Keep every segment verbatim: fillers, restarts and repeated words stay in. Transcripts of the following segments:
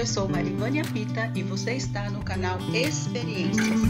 sou Marivânia Pita e você está no canal Experiências.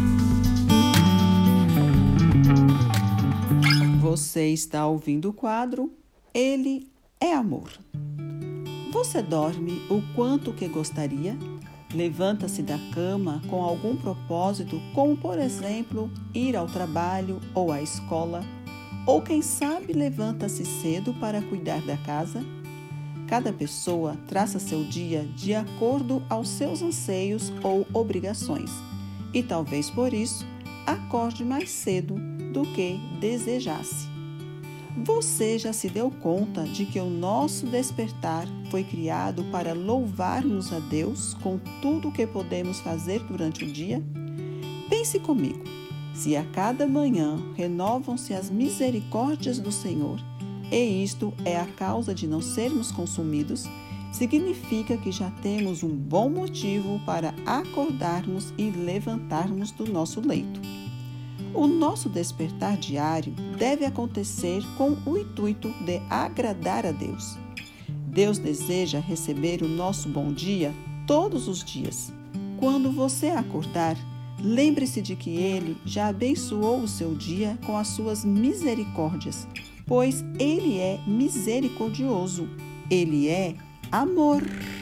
Você está ouvindo o quadro Ele é Amor. Você dorme o quanto que gostaria? Levanta-se da cama com algum propósito, como por exemplo, ir ao trabalho ou à escola? Ou quem sabe levanta-se cedo para cuidar da casa? Cada pessoa traça seu dia de acordo aos seus anseios ou obrigações e talvez por isso acorde mais cedo do que desejasse. Você já se deu conta de que o nosso despertar foi criado para louvarmos a Deus com tudo o que podemos fazer durante o dia? Pense comigo, se a cada manhã renovam-se as misericórdias do Senhor, e isto é a causa de não sermos consumidos, significa que já temos um bom motivo para acordarmos e levantarmos do nosso leito. O nosso despertar diário deve acontecer com o intuito de agradar a Deus. Deus deseja receber o nosso bom dia todos os dias. Quando você acordar, lembre-se de que Ele já abençoou o seu dia com as suas misericórdias, pois Ele é misericordioso, Ele é amor.